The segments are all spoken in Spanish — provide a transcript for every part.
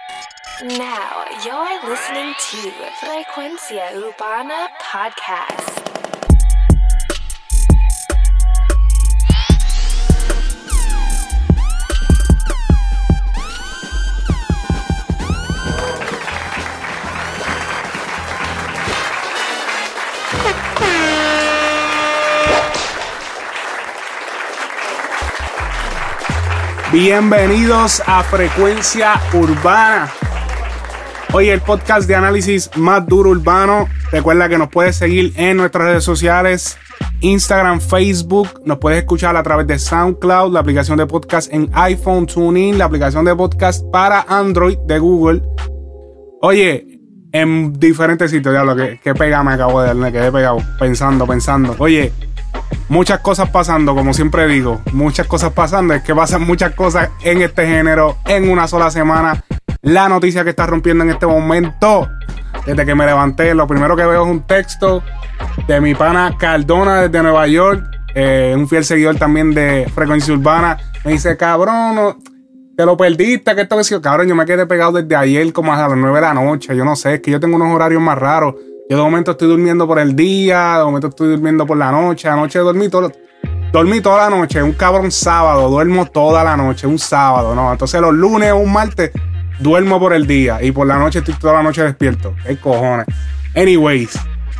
Now you're listening to Frecuencia Urbana Podcast. Bienvenidos a Frecuencia Urbana. Hoy el podcast de análisis más duro urbano. Recuerda que nos puedes seguir en nuestras redes sociales, Instagram, Facebook. Nos puedes escuchar a través de SoundCloud, la aplicación de podcast en iPhone, TuneIn, la aplicación de podcast para Android de Google. Oye, en diferentes sitios, ya lo que pega me acabo de dar, me quedé pegado pensando. Oye, muchas cosas pasando, como siempre digo, muchas cosas pasando. Es que pasan muchas cosas en este género en una sola semana. La noticia que está rompiendo en este momento, desde que me levanté, lo primero que veo es un texto de mi pana Cardona desde Nueva York, un fiel seguidor también de Frecuencia Urbana. Me dice, cabrón, no, te lo perdiste, que esto que sí. Cabrón, yo me quedé pegado desde ayer como a las 9 de la noche. Yo no sé, es que yo tengo unos horarios más raros. Yo de momento estoy durmiendo por el día, de momento estoy durmiendo por la noche. Anoche dormí toda la noche, un cabrón sábado, duermo toda la noche, un sábado, ¿no? Entonces los lunes o un martes duermo por el día y por la noche estoy toda la noche despierto. ¿Qué cojones? Anyways,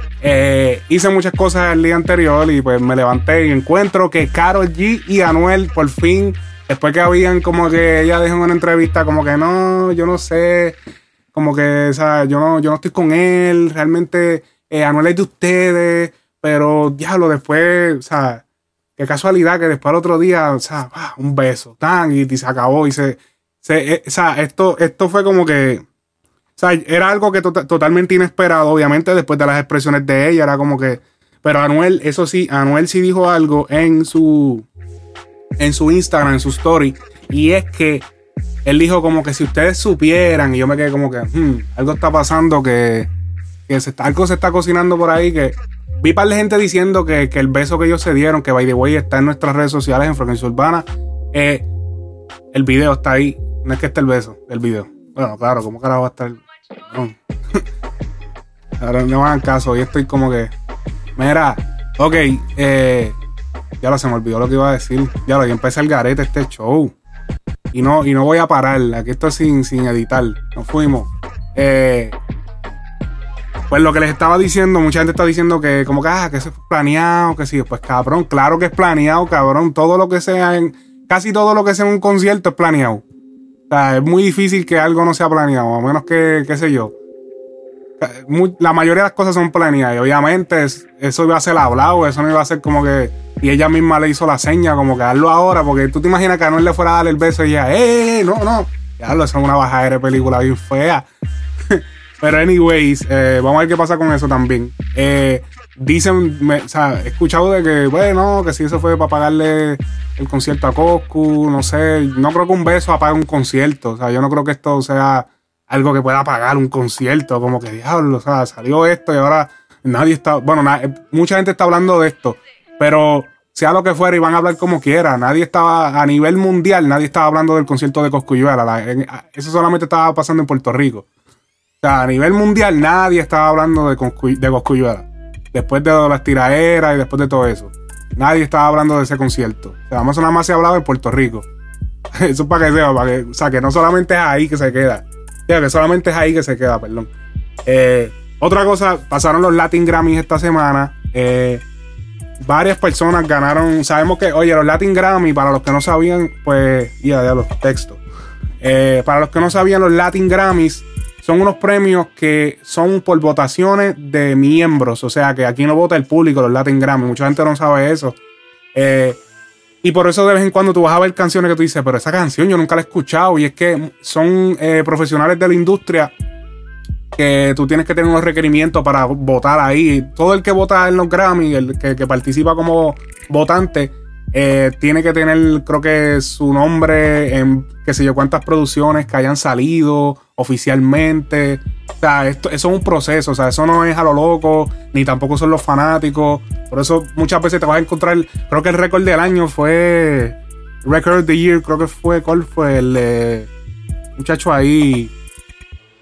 hice muchas cosas el día anterior y pues me levanté y encuentro que Karol G y Anuel por fin, después que habían como que ella dejó en una entrevista como que no, yo no sé, como que, o sea, yo no estoy con él, realmente Anuel es de ustedes, pero diablo, después, o sea, qué casualidad que después al otro día, o sea, un beso, tan, y se acabó y o sea, esto fue como que, o sea, era algo que totalmente inesperado, obviamente, después de las expresiones de ella, era como que, pero Anuel, eso sí, Anuel sí dijo algo en su Instagram, en su story, y es que él dijo como que si ustedes supieran, y yo me quedé como que, algo está pasando, algo se está cocinando por ahí, que vi par de gente diciendo que el beso que ellos se dieron, que by the way está en nuestras redes sociales, en Frecuencia Urbana, el video está ahí. No es que esté el beso, el video. Bueno, claro, ¿cómo carajo va a estar? No. Ahora no me hagan caso. Hoy estoy como que... Mira, ok. Ya se me olvidó lo que iba a decir. Ya empecé el garete este show. Y no voy a parar. Aquí estoy sin editar. Nos fuimos. Pues lo que les estaba diciendo, mucha gente está diciendo que como que eso es planeado, que sí. Pues cabrón, claro que es planeado, cabrón. Casi todo lo que sea en un concierto es planeado. O sea, es muy difícil que algo no sea planeado, a menos que, qué sé yo. La mayoría de las cosas son planeadas. Y obviamente eso iba a ser hablado, eso no iba a ser como que... Y ella misma le hizo la seña, como que hazlo ahora, porque tú te imaginas que a Anuel le fuera a dar el beso y ella, no. Ya eso es una bajadera de película bien fea. Pero anyways, vamos a ver qué pasa con eso también. Dicen, o sea, he escuchado de que, bueno, que si eso fue para pagarle el concierto a Coscu, no sé, no creo que un beso apague un concierto, o sea, yo no creo que esto sea algo que pueda pagar un concierto, como que diablo, o sea, salió esto y ahora nadie está, bueno, mucha gente está hablando de esto, pero sea lo que fuera y van a hablar como quiera, nadie estaba, a nivel mundial, nadie estaba hablando del concierto de Cosculluela, eso solamente estaba pasando en Puerto Rico, o sea, a nivel mundial nadie estaba hablando de Cosculluela. Después de las tiraderas y después de todo eso. Nadie estaba hablando de ese concierto. O sea, nada más se hablaba en Puerto Rico. Eso es para que sepa, o sea, que no solamente es ahí que se queda. O sea, que solamente es ahí que se queda, perdón. Otra cosa, pasaron los Latin Grammys esta semana. Varias personas ganaron. Sabemos que, oye, los Latin Grammy, para los que no sabían, pues, ya los textos. Para los que no sabían, los Latin Grammys son unos premios que son por votaciones de miembros. O sea, que aquí no vota el público, los Latin Grammy. Mucha gente no sabe eso. Y por eso de vez en cuando tú vas a ver canciones que tú dices, pero esa canción yo nunca la he escuchado. Y es que son profesionales de la industria que tú tienes que tener unos requerimientos para votar ahí. Todo el que vota en los Grammy, el que participa como votante, tiene que tener, creo que su nombre en qué sé yo cuántas producciones que hayan salido oficialmente. O sea, eso es un proceso, o sea, eso no es a lo loco, ni tampoco son los fanáticos. Por eso muchas veces te vas a encontrar, creo que el récord del año fue Record of the Year, creo que fue, ¿cuál fue? El muchacho ahí,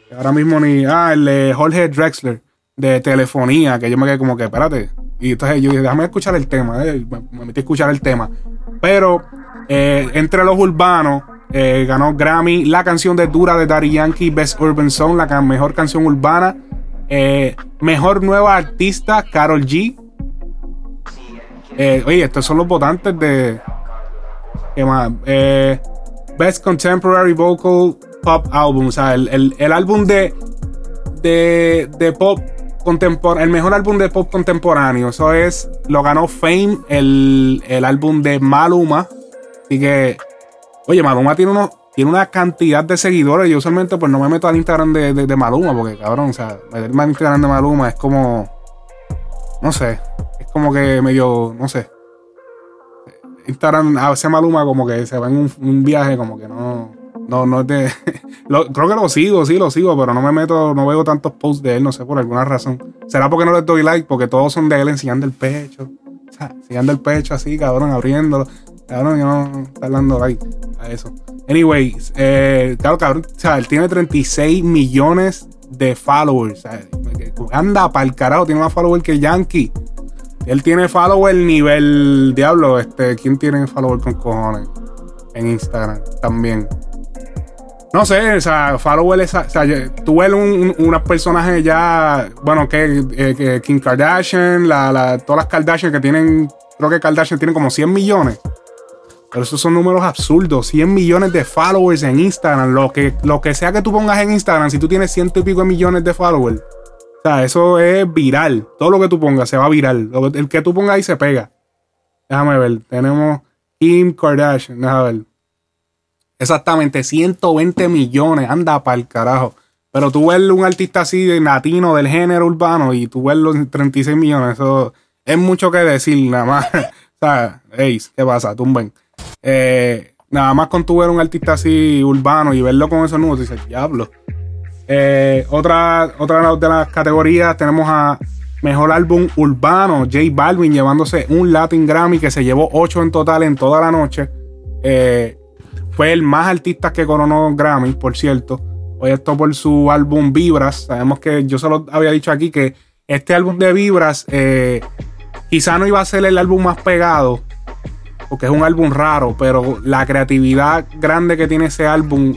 Ahora mismo ni... el de Jorge Drexler, de telefonía, que yo me quedé como que, espérate. Y entonces yo dije, déjame escuchar el tema. Me metí a escuchar el tema. Pero, entre los urbanos, ganó Grammy la canción de Dura de Daddy Yankee, Best Urban Song, la mejor canción urbana. Mejor nueva artista, Karol G. Oye, estos son los votantes de... ¿Qué más? Best Contemporary Vocal Pop Album. O sea, el álbum de pop contemporáneo. El mejor álbum de pop contemporáneo. Eso es... Lo ganó Fame, el álbum de Maluma. Así que... Oye, Maluma tiene una cantidad de seguidores. Yo usualmente pues no me meto al Instagram de Maluma. Porque, cabrón, o sea, meterme al Instagram de Maluma es como... No sé. Es como que medio... No sé. Instagram a veces Maluma como que se va en un viaje como que no es de... creo que lo sigo, pero no me meto, no veo tantos posts de él, no sé, por alguna razón. ¿Será porque no les doy like? Porque todos son de él enseñando el pecho. O sea, enseñando el pecho así, cabrón, abriéndolo. Cabrón, yo no estoy dando like a eso. Anyway, claro, cabrón, o sea, él tiene 36 millones de followers. O sea, anda pa'l carajo, tiene más followers que Yankee. Él tiene follower nivel diablo. ¿Quién tiene follower con cojones? En Instagram también. No sé, o sea, follower es... O sea, tú ves unos personajes ya... Bueno, que Kim Kardashian, todas las Kardashian que tienen... Creo que Kardashian tienen como 100 millones. Pero esos son números absurdos. 100 millones de followers en Instagram. Lo que sea que tú pongas en Instagram, si tú tienes 100 y pico de millones de followers... O sea, eso es viral. Todo lo que tú pongas se va viral. El que tú pongas ahí se pega. Déjame ver. Tenemos Kim Kardashian. Déjame ver. Exactamente. 120 millones. Anda pa'l carajo. Pero tú ves un artista así de latino del género urbano y tú ves los 36 millones. Eso es mucho que decir, nada más. O sea, Ace, ¿qué pasa? Tumben. Nada más con tú ver un artista así urbano y verlo con esos números, dices, diablo. Otra de las categorías tenemos a Mejor Álbum Urbano, J Balvin llevándose un Latin Grammy que se llevó 8 en total en toda la noche. Fue el más artista que coronó Grammy, por cierto. Hoy esto por su álbum Vibras. Sabemos que yo se lo había dicho aquí que este álbum de Vibras quizá no iba a ser el álbum más pegado porque es un álbum raro, pero la creatividad grande que tiene ese álbum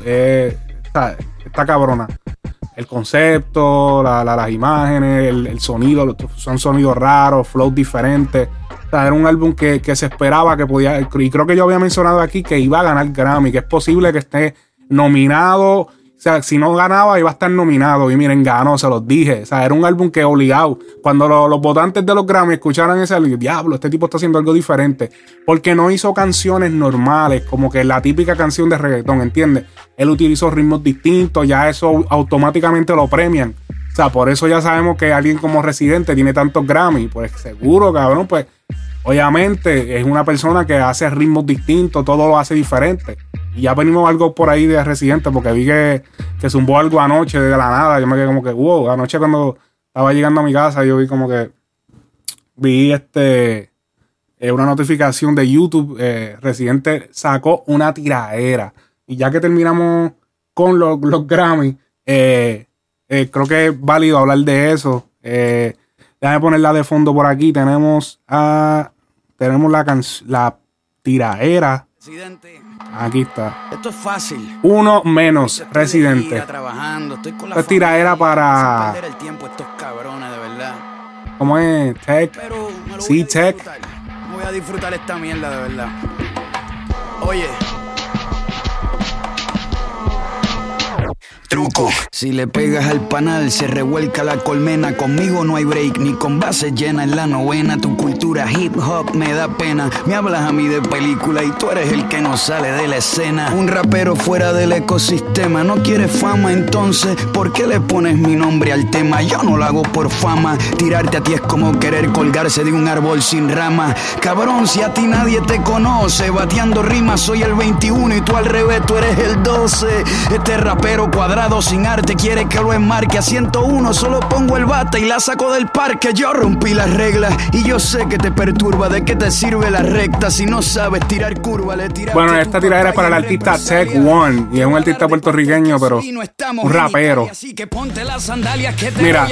está cabrona. El concepto, las imágenes, el sonido, son sonidos raros, flows diferentes. O sea, era un álbum que se esperaba que podía... Y creo que yo había mencionado aquí que iba a ganar Grammy, que es posible que esté nominado. O sea, si no ganaba, iba a estar nominado. Y miren, ganó, se los dije. O sea, era un álbum que obligado. Cuando los votantes de los Grammy escucharan ese álbum, diablo, este tipo está haciendo algo diferente. Porque no hizo canciones normales, como que la típica canción de reggaetón, ¿entiendes? Él utilizó ritmos distintos, ya eso automáticamente lo premian. O sea, por eso ya sabemos que alguien como Residente tiene tantos Grammy. Pues seguro, cabrón, pues obviamente es una persona que hace ritmos distintos, todo lo hace diferente. Y ya venimos algo por ahí de Residente, porque vi que zumbó algo anoche de la nada. Yo me quedé como que, wow, anoche cuando estaba llegando a mi casa, yo vi como que vi una notificación de YouTube. Residente sacó una tiraera. Y ya que terminamos con los Grammy, creo que es válido hablar de eso. Déjame ponerla de fondo por aquí. Tenemos la tiraera. Residente. Aquí está. Esto es fácil. Uno menos Residente. Esta tiraera para... perder el tiempo estos cabrones, de verdad. ¿Cómo es? Tech. Sí, Tech. Voy a disfrutar esta mierda, de verdad. Oye. Truco. Si le pegas al panal, se revuelca la colmena. Conmigo no hay break, ni con base llena en la novena. Tu cultura hip hop me da pena. Me hablas a mí de película y tú eres el que no sale de la escena. Un rapero fuera del ecosistema. No quieres fama, entonces ¿por qué le pones mi nombre al tema? Yo no lo hago por fama. Tirarte a ti es como querer colgarse de un árbol sin rama. Cabrón, si a ti nadie te conoce, bateando rimas soy el 21 y tú al revés, tú eres el 12. Este rapero cuadrado sin arte gente quiere que lo enmarque. A 101 solo pongo el bate y la saco del parque. Yo rompí las reglas y yo sé que te perturba. ¿De qué te sirve la recta si no sabes tirar curva? Le tiras. Bueno, esta tiradera es para el artista Tech One. Y es un artista puertorriqueño, pero un rapero. Mira,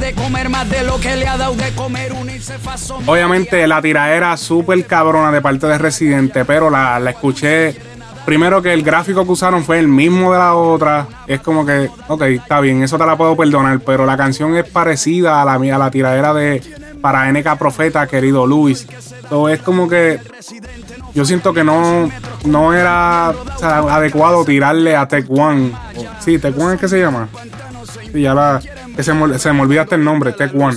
obviamente la tiradera súper cabrona de parte de Residente, pero la escuché. Primero que el gráfico que usaron fue el mismo de la otra. Es como que, ok, está bien, eso te la puedo perdonar. Pero la canción es parecida a la tiradera de para NK Profeta, querido Luis. Entonces es como que yo siento que no era, o sea, adecuado tirarle a Tech One. Sí, Tech One es que se llama. Sí, ya se me olvida hasta el nombre, Tech One.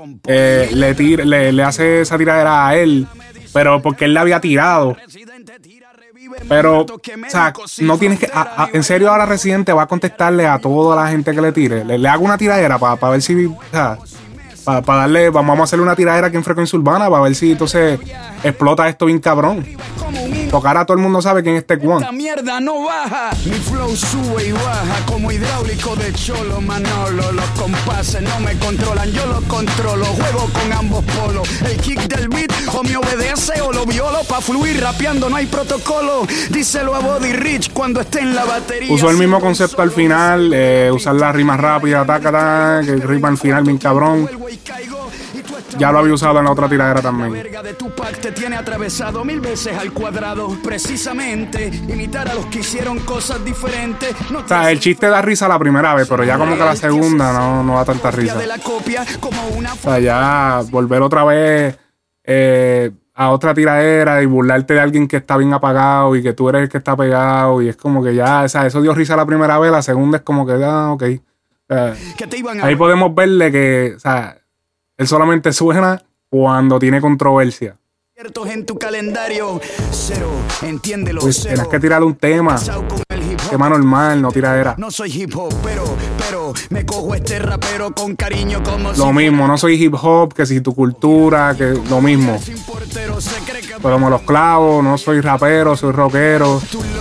Le hace esa tiradera a él, pero porque él la había tirado. Pero, o sea, no tienes que. En serio, ahora Residente va a contestarle a toda la gente que le tire. Le hago una tiradera para ver si. O sea, para darle. Vamos a hacerle una tiradera aquí en Frecuencia Urbana para ver si entonces explota esto bien cabrón. Tocar a todo el mundo sabe quién es Tech One. Esta mierda no baja. Mi flow sube y baja como hidráulico de Cholo Manolo. Los compases no me controlan, yo los controlo. Juego con ambos polos. El kick del beat o me obedece o lo violo. Pa' fluir rapeando no hay protocolo. Díselo a Body Rich cuando esté en la batería. Usó el mismo concepto al final. Usar la rima rápida, taca, que rima al final bien cabrón. Ya lo había usado en la otra tiradera también. De tu te tiene atravesado 1000 veces al cuadrado. Precisamente imitar a los que hicieron cosas diferentes. O sea, el chiste da risa la primera vez, pero ya como que la segunda no da tanta risa. O sea, ya volver otra vez a otra tiradera y burlarte de alguien que está bien apagado y que tú eres el que está pegado. Y es como que ya, o sea, eso dio risa la primera vez, la segunda es como que ya, ok. Ahí podemos verle que, o sea, él solamente suena cuando tiene controversia. En tu calendario, cero, entiéndelo, pues tienes que tirarle un tema normal, no tiradera. No soy hip hop, pero me cojo este rapero con cariño como lo mismo, no soy hip hop, que si tu cultura, que lo mismo. Pero me los clavo, no soy rapero, soy rockero.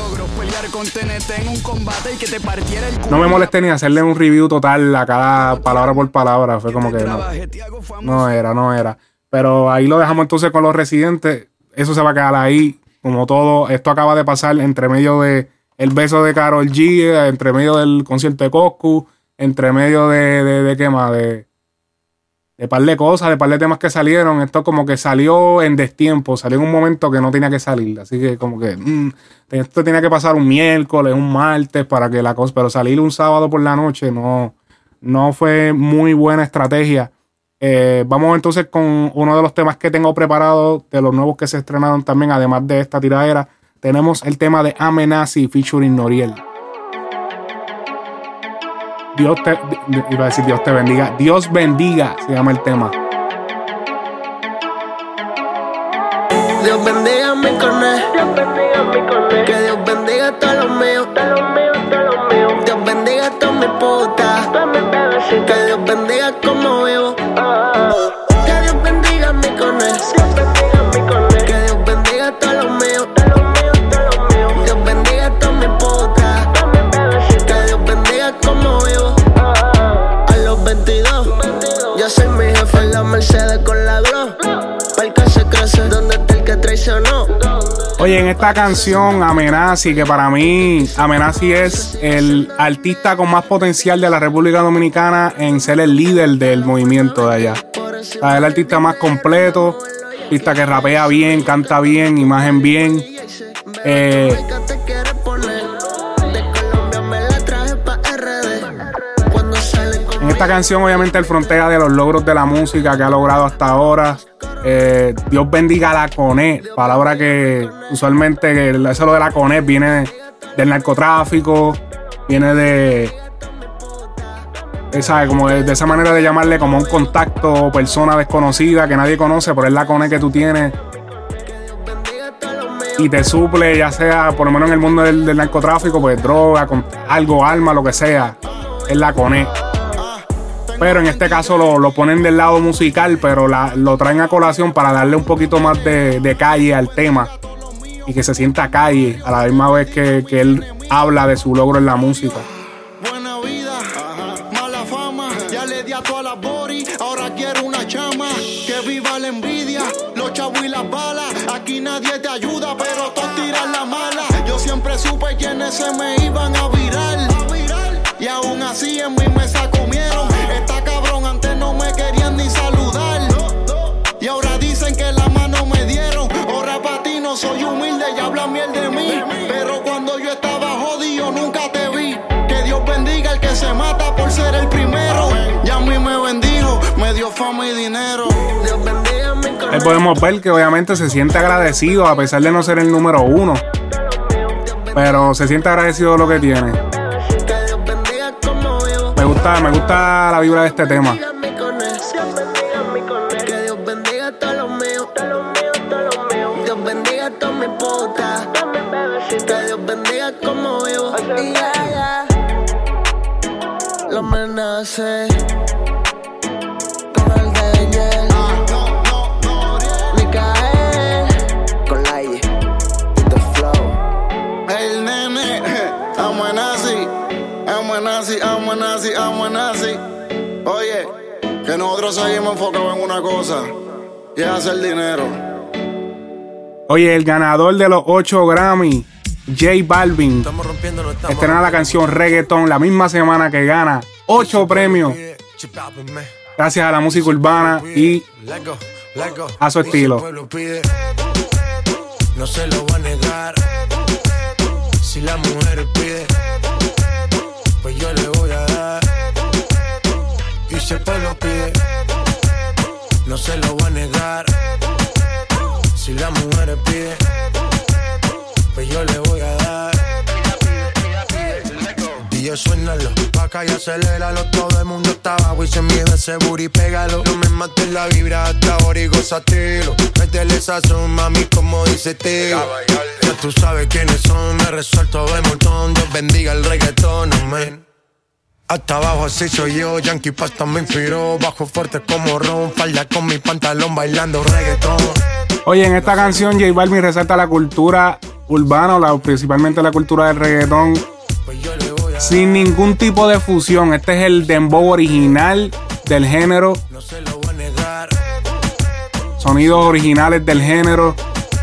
No me molesté ni hacerle un review total a cada palabra por palabra. Fue como que no era. Pero ahí lo dejamos entonces con los Residentes. Eso se va a quedar ahí. Como todo, esto acaba de pasar entre medio de el beso de Karol G, entre medio del concierto de Coscu, entre medio de qué más, de par de cosas, de par de temas que salieron. Esto como que salió en destiempo, salió en un momento que no tenía que salir. Así que como que esto tenía que pasar un miércoles, un martes para que la cosa, pero salir un sábado por la noche no fue muy buena estrategia. Vamos entonces con uno de los temas que tengo preparado, de los nuevos que se estrenaron también, además de esta tiradera. Tenemos el tema de Amenazi featuring Noriel. Dios te bendiga. Dios bendiga se llama el tema. Dios bendiga mi corné. Que Dios bendiga a todos los míos. Dios bendiga a todas mis putas. Que Dios bendiga como vivo. Que Dios bendiga mi corné. Que Dios bendiga a todos los míos. Dios bendiga a todas mis putas. Que Dios bendiga como vivo. A los 22 yo soy mi jefe en la Mercedes con la Glock. Para que se crece donde está el que traicionó. Oye, en esta canción Amenazi, que para mí Amenazi es el artista con más potencial de la República Dominicana en ser el líder del movimiento de allá. O sea, es el artista más completo, artista que rapea bien, canta bien, imagen bien. En esta canción obviamente él frontea de los logros de la música que ha logrado hasta ahora. Dios bendiga a la CONE, palabra que usualmente eso lo de la CONE viene del narcotráfico, viene de como de esa manera de llamarle como un contacto o persona desconocida que nadie conoce, pero es la CONE que tú tienes y te suple, ya sea por lo menos en el mundo del narcotráfico, pues droga, con algo, arma, lo que sea, es la CONE. Pero en este caso lo ponen del lado musical, pero lo traen a colación para darle un poquito más de calle al tema y que se sienta calle a la misma vez que él habla de su logro en la música. a todas las bori, ahora quiero una chama. Que viva la envidia, los chavos y las balas. Aquí nadie te ayuda, pero todos tiran la mala. Yo siempre supe quiénes se me iban a virar. Y aún así en mi mesa comieron. Está cabrón, antes no me querían ni saludar. Y ahora dicen que la mano me dieron. Ahora para ti no soy humilde y hablan miel de mí. Pero cuando yo estaba jodido nunca te vi. Que Dios bendiga al que se mata por ser el primero. Y a mí me bendijo, me dio fama y dinero. Dios bendiga mi corazón. Ahí podemos ver que obviamente se siente agradecido a pesar de no ser el número 1. Pero se siente agradecido de lo que tiene. Que Dios bendiga como vivo. Me gusta la vibra de este tema. Que Dios bendiga a todos los míos. Dios bendiga a todas mis putas. Que Dios bendiga como vivo. Y ya. Lo amenacé con el de Yel. Micael con la I. The flow. El nene, amo nazi. Oye, que nosotros seguimos enfocados en una cosa, y es hacer dinero. Oye, el ganador de los 8 Grammy, J Balvin, estrena la canción Reggaeton la misma semana que gana 8 premios gracias a la música urbana y a su estilo. No se lo va a negar. Si la mujer pide, pues yo le voy a dar. Y si el pueblo pide, no se lo va a negar. Si la mujer pide, pues yo le voy a dar. DJ suénalo, pa' acá y aceléralo. Todo el mundo está abajo y se mide ese booty, pégalo. No me mates la vibra hasta ahora y gózatelo. Métele sazón, mami, como dice tío. Ya tú sabes quiénes son, me resuelto de montón. Dios bendiga el reggaetón, amén. Hasta abajo así soy yo, Yankee Pasta me inspiró. Bajo fuerte como Ron, falda con mi pantalón bailando reggaetón. Oye, en esta canción J Balvin resalta la cultura urbana, principalmente la cultura del reggaetón, sin ningún tipo de fusión. Este es el dembow original del género, sonidos originales del género.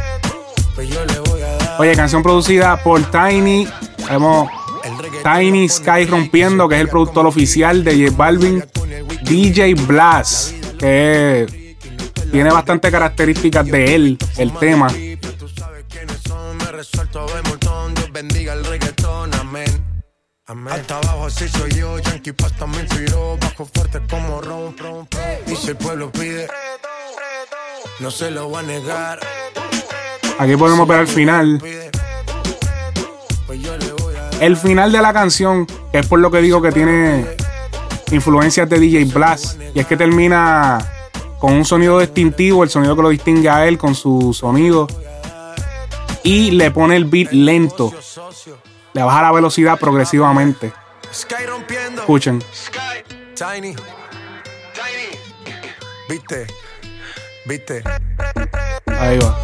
Oye, canción producida por Tiny. Vemos Tiny Sky rompiendo, que es el productor oficial de J Balvin. DJ Blast, que tiene bastantes características de él, el tema. Hasta abajo así soy yo, Yankee Pasta me inspiró. Bajo fuerte como Ron. Y si el pueblo pide, no se lo va a negar. Aquí podemos ver el final. El final de la canción, que es por lo que digo que tiene influencias de DJ Blast. Y es que termina con un sonido distintivo, el sonido que lo distingue a él con su sonido. Y le pone el beat lento. Le baja la velocidad progresivamente. Escuchen. Tiny. ¿Viste? Ahí va.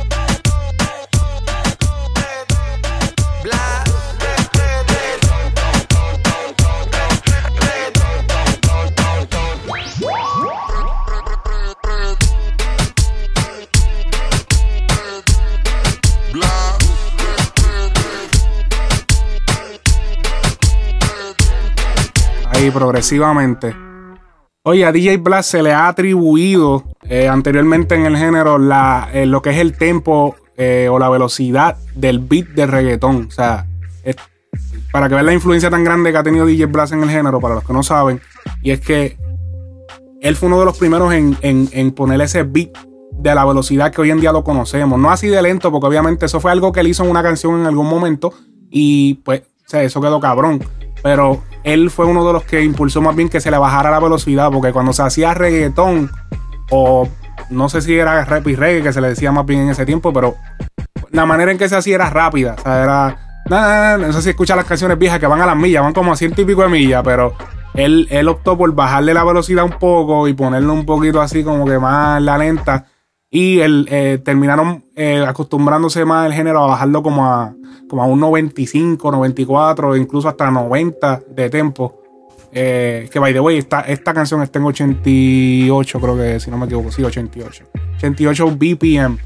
Ahí progresivamente. Oye, a DJ Blast se le ha atribuido anteriormente en el género lo que es el tempo o la velocidad del beat de reggaetón. O sea, para que vean la influencia tan grande que ha tenido DJ Blast en el género, para los que no saben, y es que él fue uno de los primeros en poner ese beat de la velocidad que hoy en día lo conocemos. No así de lento, porque obviamente eso fue algo que él hizo en una canción en algún momento y pues, o sea, eso quedó cabrón. Pero él fue uno de los que impulsó más bien que se le bajara la velocidad, porque cuando se hacía reggaetón, o no sé si era rap y reggae, que se le decía más bien en ese tiempo, pero la manera en que se hacía era rápida. O sea, era... no sé si escuchas las canciones viejas que van a las millas, van como a 100 y pico de millas, pero él optó por bajarle la velocidad un poco y ponerlo un poquito así como que más la lenta. Y terminaron acostumbrándose más el género a bajarlo como a un 95, 94, incluso hasta 90 de tempo. Que by the way, esta canción está en 88, creo que, si no me equivoco, sí, 88 BPM.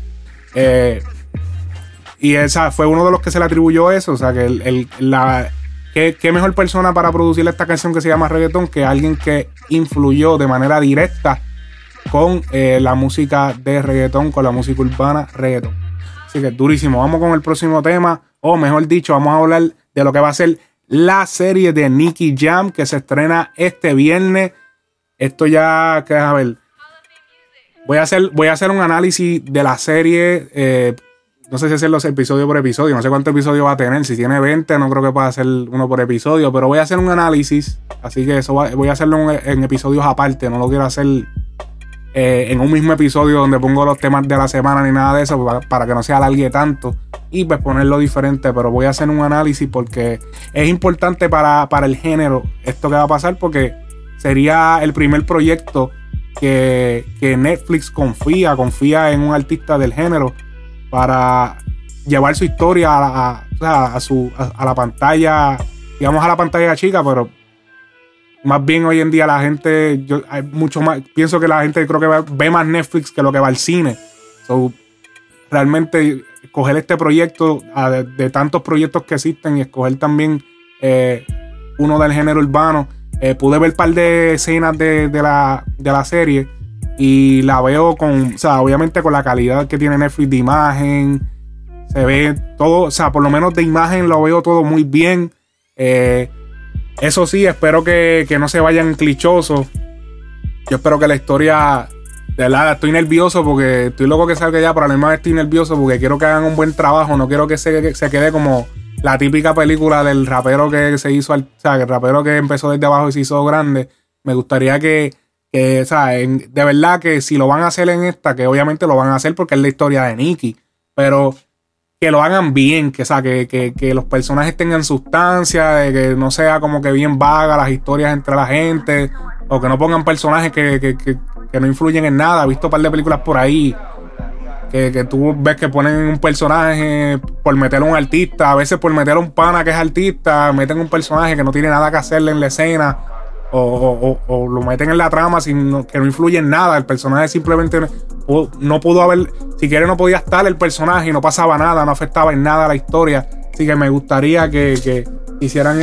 Y esa fue uno de los que se le atribuyó eso. O sea, que qué mejor persona para producir esta canción que se llama Reggaetón que alguien que influyó de manera directa con la música de reggaetón, con la música urbana reggaetón. Así que durísimo. Vamos con el próximo tema, o mejor dicho, vamos a hablar de lo que va a ser la serie de Nicky Jam, que se estrena este viernes. Esto ya, que a ver, voy a hacer un análisis de la serie. No sé si hacerlo episodio por episodio, no sé cuántos episodios va a tener. Si tiene 20, no creo que pueda hacer uno por episodio, pero voy a hacer un análisis. Así que eso voy a hacerlo en episodios aparte. No lo quiero hacer en un mismo episodio donde pongo los temas de la semana ni nada de eso, para que no se alargue tanto y pues ponerlo diferente. Pero voy a hacer un análisis porque es importante para el género esto que va a pasar, porque sería el primer proyecto que Netflix confía en un artista del género para llevar su historia a la pantalla, digamos a la pantalla chica, pero más bien hoy en día la gente, hay mucho más, pienso que la gente creo que ve más Netflix que lo que va al cine. So, realmente escoger este proyecto de tantos proyectos que existen y escoger también uno del género urbano. Pude ver un par de escenas de la serie y la veo obviamente con la calidad que tiene Netflix de imagen. Se ve todo, o sea, por lo menos de imagen lo veo todo muy bien. Eso sí, espero que no se vayan clichosos. Yo espero que la historia, de verdad, estoy nervioso porque estoy loco que salga ya, pero a la misma vez estoy nervioso porque quiero que hagan un buen trabajo. No quiero que se quede como la típica película del rapero que se hizo, o sea, el rapero que empezó desde abajo y se hizo grande. Me gustaría que o sea, de verdad que si lo van a hacer en esta, que obviamente lo van a hacer porque es la historia de Nicky, pero que lo hagan bien, que los personajes tengan sustancia, de que no sea como que bien vaga las historias entre la gente, o que no pongan personajes que no influyen en nada. He visto un par de películas por ahí que tú ves que ponen un personaje por meter a un artista, a veces por meter a un pana que es artista, meten un personaje que no tiene nada que hacerle en la escena, o lo meten en la trama que no influye en nada. El personaje simplemente no pudo haber, si quiere no podía estar el personaje y no pasaba nada, no afectaba en nada la historia. Así que me gustaría que hicieran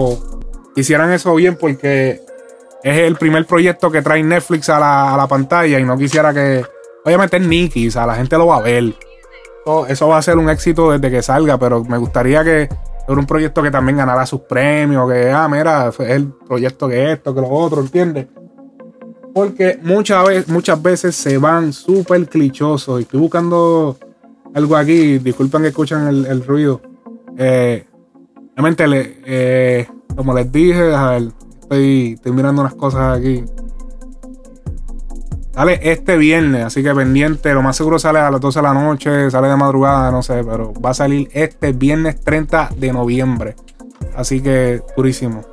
eso bien, porque es el primer proyecto que trae Netflix a la pantalla, y no quisiera que, obviamente es Nicky, o sea, la gente lo va a ver. Eso va a ser un éxito desde que salga, pero me gustaría que fuera un proyecto que también ganara sus premios, que, mira, es el proyecto que esto, que lo otro, ¿entiendes? Porque muchas veces se van súper clichosos. Y estoy buscando algo aquí, disculpen que escuchan el ruido. Realmente, como les dije, a ver, estoy mirando unas cosas aquí. Sale este viernes, así que pendiente. Lo más seguro sale a las 12 de la noche, sale de madrugada, no sé, pero va a salir este viernes 30 de noviembre. Así que durísimo.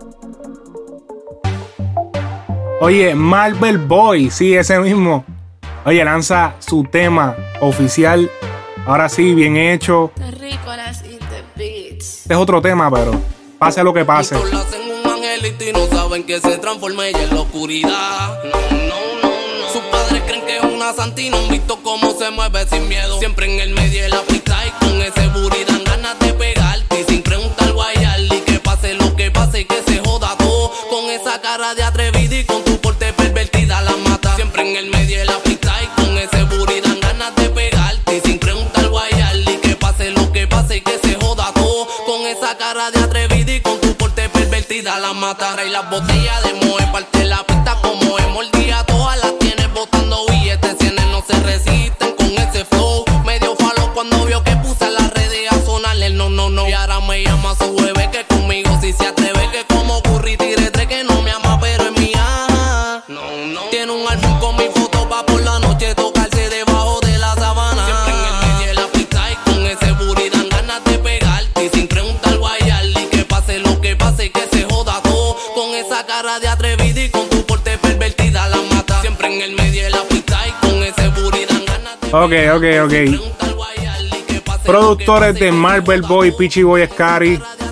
Oye, Marvel Boy, sí, ese mismo. Oye, lanza su tema oficial. Ahora sí, bien hecho. Este es otro tema, pero pase lo que pase. Y no saben que se transforma ella en la oscuridad. No. Sus padres creen que es una santa y no han visto cómo se mueve sin miedo. Siempre en el medio de la pista y con ese booty dan ganas de pegarte. Y sin preguntar guayarle, que pase lo que pase y que se joda todo. Con esa cara de atrevida y con tu porte pervertida la mata. Siempre en el medio de la pista y con ese booty dan ganas de pegarte. Y sin preguntar guayarle, que pase lo que pase y que se joda todo. Con esa cara de atrevida y con tu porte pervertida la mata. Trae las botellas de moe, parte la pista como es. Mordía todas las tienes botando billetes. Cienes no se resisten con ese flow. Medio falo cuando vio que puse en las redes a sonarle el no. Y ahora me llama su bebé que conmigo si se atreve. Que como curry tire tres que no me ama pero es mía. No. Tiene un álbum con mi foto pa' por la noche tocarse debajo de la sabana. Siempre en el medio de la pista y con ese booty dan ganas de pegarte. Y sin preguntar guayarle, que pase lo que pase y que se joda todo. Con esa cara de atrevida y con tu porte pervertida la mata. Siempre en el medio de la pista y con ese booty dan ganas de Ok. Productores de Marvel Boy, Peachy Boy Scary.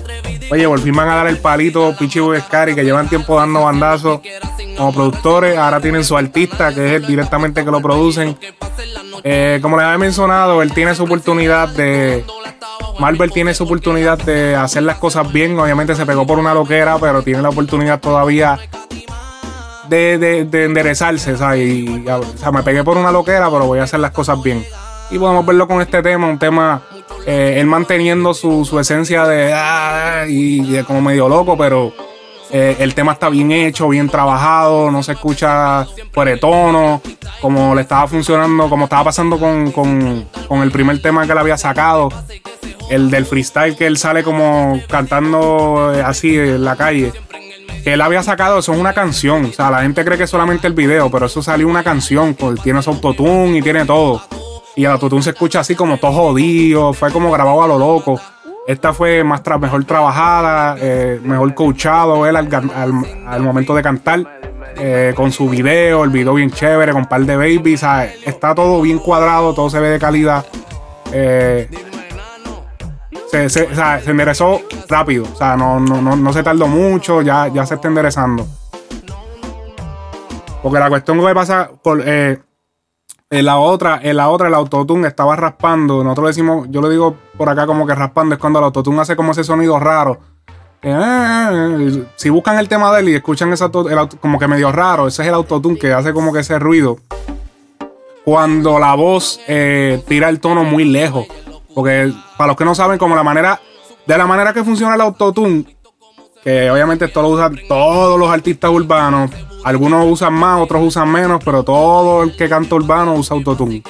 Oye, por fin van a dar el palito Pichi Boy Scary, que llevan tiempo dando bandazos como productores. Ahora tienen su artista, que es directamente que lo producen. Como les había mencionado, él tiene su oportunidad de... Marvel tiene su oportunidad de hacer las cosas bien. Obviamente se pegó por una loquera, pero tiene la oportunidad todavía de enderezarse, ¿sabes? O sea, me pegué por una loquera, pero voy a hacer las cosas bien. Y podemos verlo con este tema, un tema, él manteniendo su esencia de como medio loco, pero el tema está bien hecho, bien trabajado, no se escucha fuera de tono, como le estaba funcionando, como estaba pasando con el primer tema que él había sacado. El del freestyle, que él sale como cantando así en la calle, que él había sacado, eso es una canción. O sea, la gente cree que es solamente el video, pero eso salió una canción, pues tiene su autotune y tiene todo. Y el autotune se escucha así como todo jodido, fue como grabado a lo loco. Esta fue mejor trabajada, mejor coachado él al momento de cantar, con su video, el video bien chévere, con un par de babies, ¿sabes? Está todo bien cuadrado, todo se ve de calidad. Se enderezó rápido, o sea, no se tardó mucho, ya se está enderezando. Porque la cuestión que pasa en la otra, el autotune estaba raspando. Nosotros decimos, yo le digo por acá como que raspando, es cuando el autotune hace como ese sonido raro. Si buscan el tema de él y escuchan ese como que medio raro, ese es el autotune que hace como que ese ruido cuando la voz tira el tono muy lejos. Porque para los que no saben, como la manera que funciona el autotune, que obviamente esto lo usan todos los artistas urbanos, algunos usan más, otros usan menos, pero todo el que canta urbano usa autotune.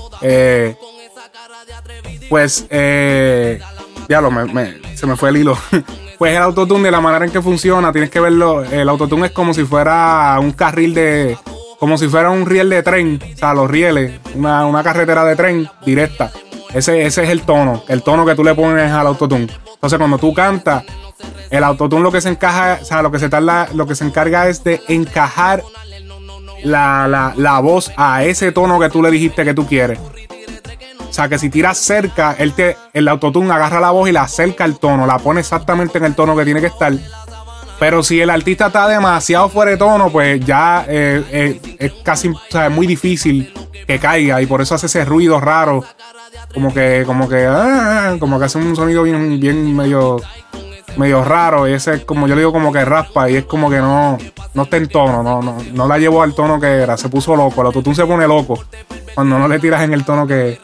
Se me fue el hilo. Pues el autotune, de la manera en que funciona, tienes que verlo. El autotune es como si fuera un carril como si fuera un riel de tren, o sea, los rieles, una carretera de tren directa. Ese es el tono que tú le pones al autotune. Entonces, cuando tú cantas, el autotune lo que se encarga es de encajar la voz a ese tono que tú le dijiste que tú quieres. O sea, que si tiras cerca, el autotune agarra la voz y la acerca al tono, la pone exactamente en el tono que tiene que estar. Pero si el artista está demasiado fuera de tono, pues ya es casi, o sea, es muy difícil que caiga, y por eso hace ese ruido raro. Como que hace un sonido bien medio raro, y ese, como yo le digo, como que raspa, y es como que no está en tono, no la llevó al tono que era, se puso loco. El autotune se pone loco cuando no le tiras en el tono que...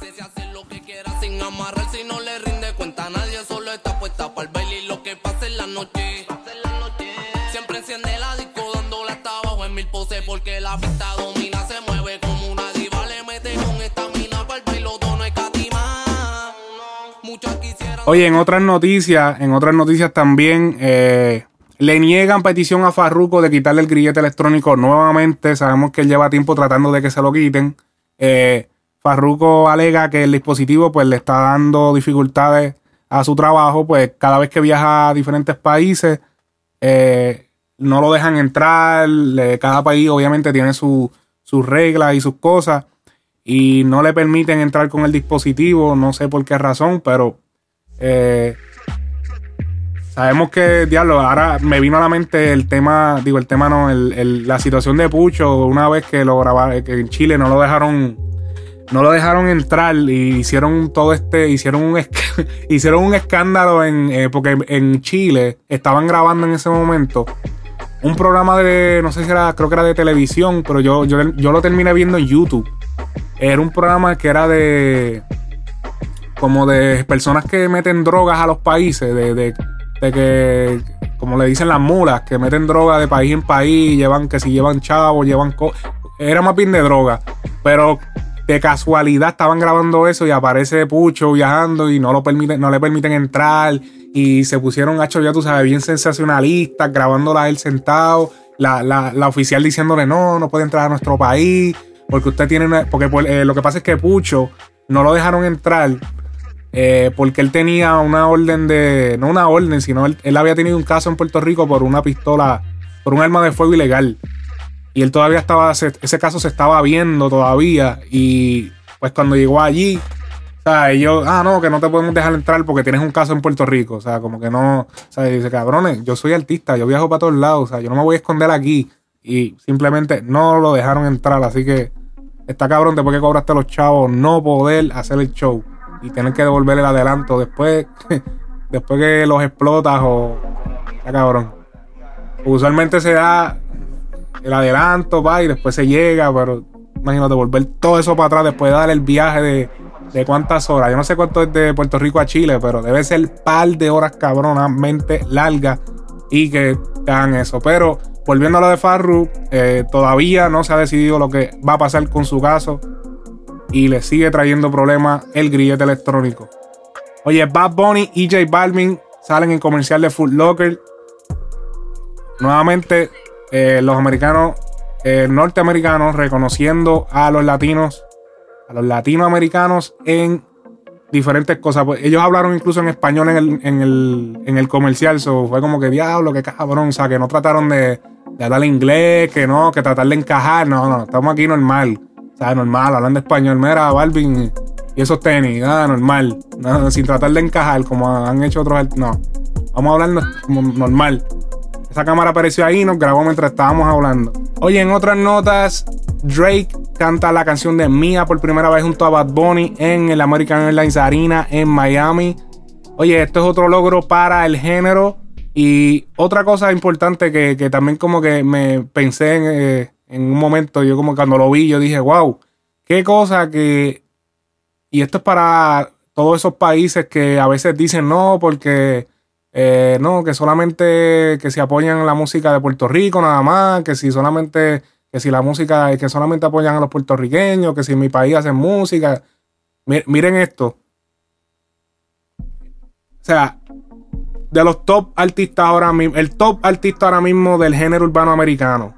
Siempre enciende la disco dándola hasta abajo en 1000 poses, porque la pista domina, se mueve como una diva, le mete con esta mina para el bailotón, no escatima. Muchos quisieran... Oye, en otras noticias también, le niegan petición a Farruko de quitarle el grillete electrónico nuevamente. Sabemos que él lleva tiempo tratando de que se lo quiten. Farruko alega que el dispositivo pues le está dando dificultades a su trabajo, pues cada vez que viaja a diferentes países no lo dejan entrar. Cada país obviamente tiene sus reglas y sus cosas, y no le permiten entrar con el dispositivo, no sé por qué razón, pero sabemos que, diablo, ahora me vino a la mente la situación de Pucho, una vez que lo grabaron, que en Chile no lo dejaron entrar, y hicieron un escándalo porque en Chile estaban grabando en ese momento un programa de, no sé si era, creo que era de televisión, pero yo lo terminé viendo en YouTube. Era un programa que era como de personas que meten drogas a los países, de que, como le dicen las mulas, que meten droga de país en país, llevan chavos, era más bien de droga, pero de casualidad estaban grabando eso y aparece Pucho viajando y no le permiten entrar, y se pusieron, ya tú sabes, bien sensacionalistas, grabándola a él sentado, la oficial diciéndole no puede entrar a nuestro país porque usted tiene lo que pasa es que Pucho no lo dejaron entrar porque él tenía una orden no una orden, sino él había tenido un caso en Puerto Rico por una pistola, por un arma de fuego ilegal. Y él todavía ese caso se estaba viendo todavía. Y pues cuando llegó allí, sea, ellos, no, que no te podemos dejar entrar porque tienes un caso en Puerto Rico. O sea, como que no. O sea, dice, cabrones, yo soy artista, yo viajo para todos lados. O sea, yo no me voy a esconder aquí. Y simplemente no lo dejaron entrar. Así que está cabrón, después que cobraste los chavos, no poder hacer el show y tener que devolver el adelanto después que los explotas o. Está cabrón. Usualmente se da el adelanto, y después se llega, pero imagínate volver todo eso para atrás después de dar el viaje de cuántas horas. Yo no sé cuánto es de Puerto Rico a Chile, pero debe ser par de horas cabronamente largas y que te hagan eso. Pero volviendo a lo de Farruko, todavía no se ha decidido lo que va a pasar con su caso y le sigue trayendo problemas el grillete electrónico. Oye, Bad Bunny y J Balvin salen en comercial de Foot Locker. Nuevamente, los americanos, norteamericanos, reconociendo a los latinos, a los latinoamericanos en diferentes cosas. Pues ellos hablaron incluso en español en el comercial. So, fue como que diablo, qué cabrón. O sea, que no trataron de hablar inglés, que tratar de encajar. No, estamos aquí normal. O sea, normal, hablando español. Mira, Balvin y esos tenis, normal. No, sin tratar de encajar como han hecho otros. No, vamos a hablar como normal. Esa cámara apareció ahí y nos grabó mientras estábamos hablando. Oye, en otras notas, Drake canta la canción de Mia por primera vez junto a Bad Bunny en el American Airlines Arena en Miami. Oye, esto es otro logro para el género. Y otra cosa importante que también como que me pensé en un momento, yo como cuando lo vi, yo dije, wow, qué cosa que... Y esto es para todos esos países que a veces dicen no, porque... no, que solamente que si apoyan la música de Puerto Rico nada más, que si la música, que solamente apoyan a los puertorriqueños, que si en mi país hacen música. Miren esto. O sea, de los top artistas ahora mismo, el top artista ahora mismo del género urbano americano,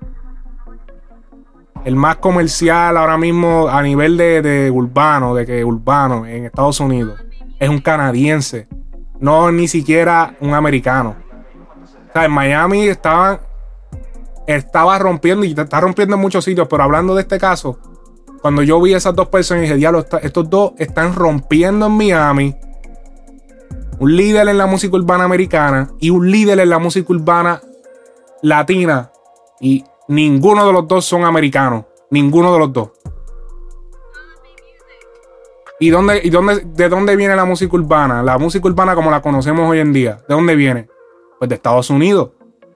el más comercial ahora mismo a nivel de urbano, urbano en Estados Unidos, es un canadiense. No, ni siquiera un americano. O sea, en Miami estaba rompiendo y está rompiendo en muchos sitios. Pero hablando de este caso, cuando yo vi a esas dos personas, dije, diablo, estos dos están rompiendo en Miami. Un líder en la música urbana americana y un líder en la música urbana latina. Y ninguno de los dos son americanos. Ninguno de los dos. ¿De dónde viene la música urbana? La música urbana como la conocemos hoy en día. ¿De dónde viene? Pues de Estados Unidos.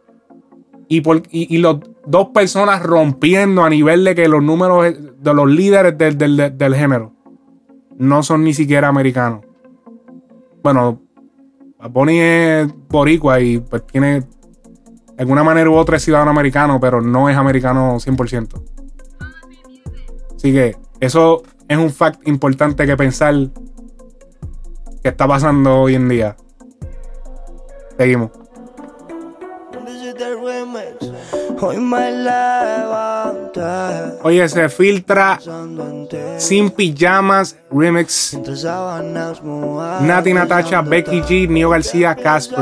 Y los dos personas rompiendo a nivel de que los números de los líderes del género no son ni siquiera americanos. Bueno, Bonnie es boricua y pues tiene de alguna manera u otra es ciudadano americano, pero no es americano 100%. Así que eso es un fact importante que pensar que está pasando hoy en día. Seguimos. Oye, se filtra Sin Pijamas Remix. Nati Natasha, Becky G, Nio García, Casper.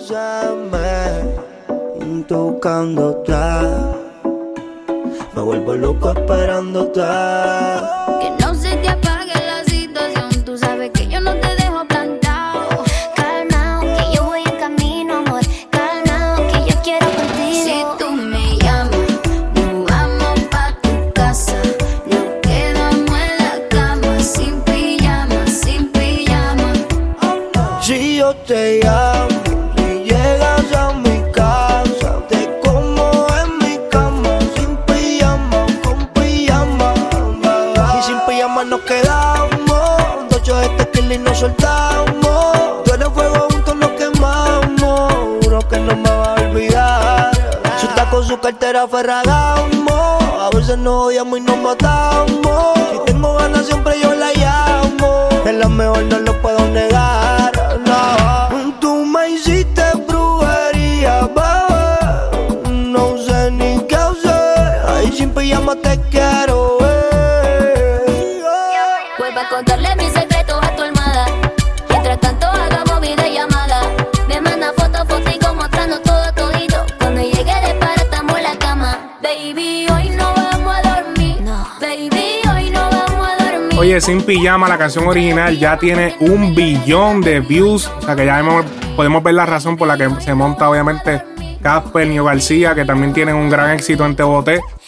Me vuelvo loco esperándote. Que no se te apague la situación. Tú sabes que yo no te dejo plantado. Calmao, que yo voy en camino, amor. Calmao, que yo quiero contigo. Si tú me llamas, nos vamos pa' tu casa. Nos quedamos en la cama. Sin pijama, sin pijama. Si yo te llamo, si llegas a mi casa, te como en mi cama. Sin pijama, con pijama. Y sin pijama nos quedamos. 8 de tequila y nos soltamos. Tú eres fuego, juntos nos quemamos. Juro que no me va a olvidar. Si está con su cartera Ferragamo. A veces nos odiamos y nos matamos. Si tengo ganas siempre yo la llamo. Es la mejor, no lo puedo negar. No. Tú me hiciste brujería, bebé. No sé ni qué hacer. Ahí sin pijama te quiero ver. Vuelvo a contarle mis secretos a tu almohada. Mientras tanto hagamos videollamada. Me manda fotos y mostrando todo todito. Cuando llegue de para estamos en la cama. Baby, hoy no vamos a dormir. No. Baby, hoy no vamos a dormir. Oye, Sin Pijama, la canción original, ya tiene 1 billón de views. O sea que ya podemos ver la razón por la que se monta, obviamente, Casper, Nio García, que también tienen un gran éxito en TBT.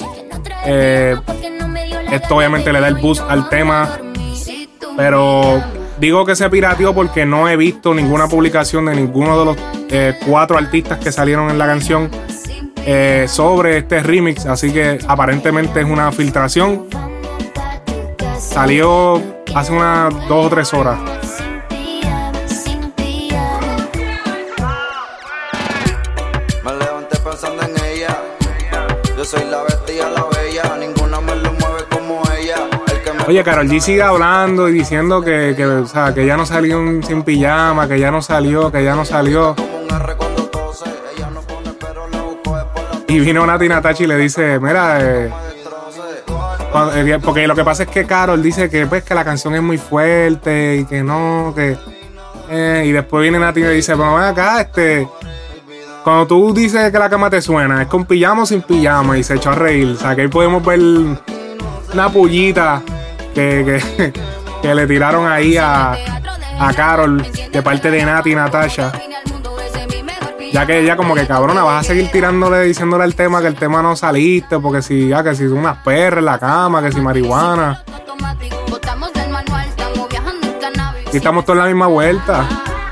Esto obviamente le da el boost al tema. Pero digo que se pirateó porque no he visto ninguna publicación de ninguno de los 4 artistas que salieron en la canción sobre este remix. Así que aparentemente es una filtración. Salió hace unas 2 o 3 horas. Me levanté pensando en ella. Yo soy la bestia, la bella. Ninguna me lo mueve como ella. Oye, Karol G sigue hablando y diciendo que o sea, que ya no salió Sin Pijama, que ya no salió. Y vino Nati Natacha y le dice, mira, porque lo que pasa es que Karol dice que pues que la canción es muy fuerte y que no, que y después viene Nati y le dice, pero ven acá, cuando tú dices que la cama te suena, ¿es con pijama o sin pijama? Y se echó a reír. O sea, que ahí podemos ver una pullita que le tiraron ahí a Karol de parte de Nati y Natasha. Ya que ella como que, cabrona, vas a seguir diciéndole el tema, que el tema no saliste, porque si son unas perras en la cama, que si marihuana. Y estamos todos en la misma vuelta.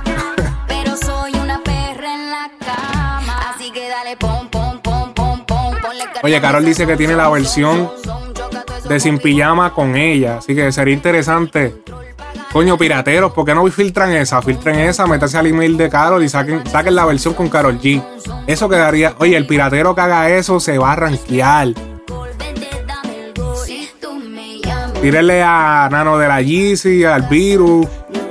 Oye, Karol dice que tiene la versión de Sin Pijama con ella, así que sería interesante. Coño, pirateros, ¿por qué no filtran esa? Filtren esa, métanse al email de Karol y saquen la versión con Karol G. Eso quedaría... Oye, el piratero que haga eso se va a rankear. Tírenle a Nano de la Yeezy, al Virus.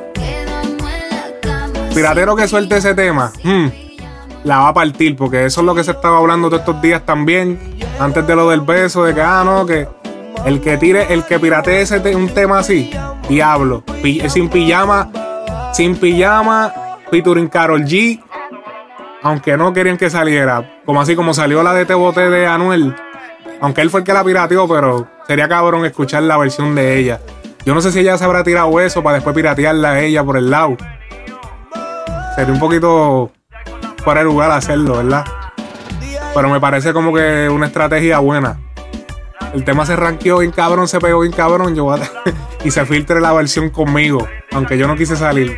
Piratero que suelte ese tema, la va a partir, porque eso es lo que se estaba hablando todos estos días también, antes de lo del beso, de que, no, que el que piratee un tema así, diablo. Sin pijama, featuring Karol G, aunque no querían que saliera, como salió la de Te Boté de Anuel, aunque él fue el que la pirateó, pero sería cabrón escuchar la versión de ella. Yo no sé si ella se habrá tirado eso para después piratearla a ella por el lado. Sería un poquito fuera de lugar hacerlo, ¿verdad? Pero me parece como que una estrategia buena. El tema se rankeó bien cabrón, se pegó bien cabrón, y se filtre la versión conmigo, aunque yo no quise salir.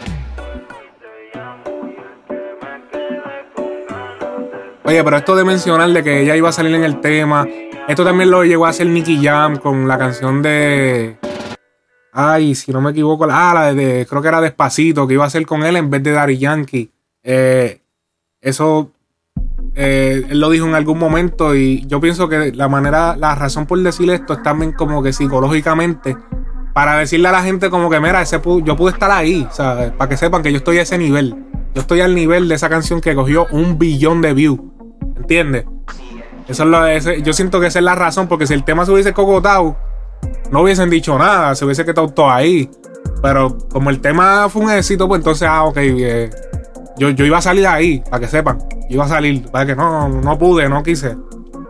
Oye, pero esto de mencionar de que ella iba a salir en el tema, esto también lo llegó a hacer Nicky Jam con la canción de... Ay, si no me equivoco, la de creo que era Despacito, que iba a hacer con él en vez de Daddy Yankee. Eso él lo dijo en algún momento, y yo pienso que la razón por decir esto es también como que psicológicamente, para decirle a la gente como que mira, yo pude estar ahí, o sea, para que sepan que yo estoy a ese nivel. Yo estoy al nivel de esa canción que cogió 1 billón de views, ¿entiendes? Yo siento que esa es la razón, porque si el tema se hubiese cocotado, no hubiesen dicho nada, se hubiese quedado todo ahí. Pero como el tema fue un éxito, pues entonces, ok, yo iba a salir ahí, para que sepan. Yo iba a salir, para que no pude, no quise.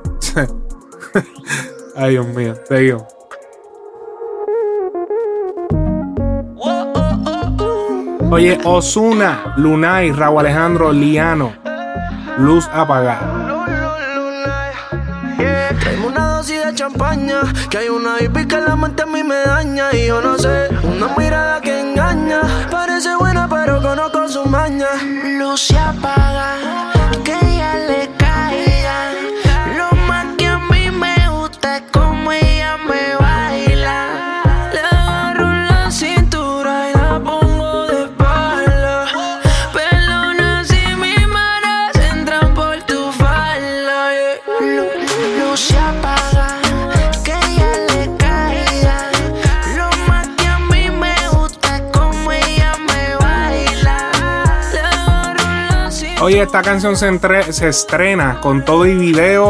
Ay, Dios mío, seguimos. Oye, Ozuna, Lunay, Raúl Alejandro, Liano, Luz Apagada. Traemos una dosis de champaña, que hay una hippie que la mente a mí me daña. Y yo no sé, una mirada que engaña. Parece buena pero conozco su maña. Luz se apaga, que ella le caiga. Lo más que a mí me gusta es como ella me baila. Le agarro la cintura y la pongo de espalda. Perdona si mis manos entran por tu falda, Luz se apaga, que ella le caiga. Lo más que a mí me gusta es como ella me baila. Le agarro la cintura. Oye, esta canción se estrena con todo y video.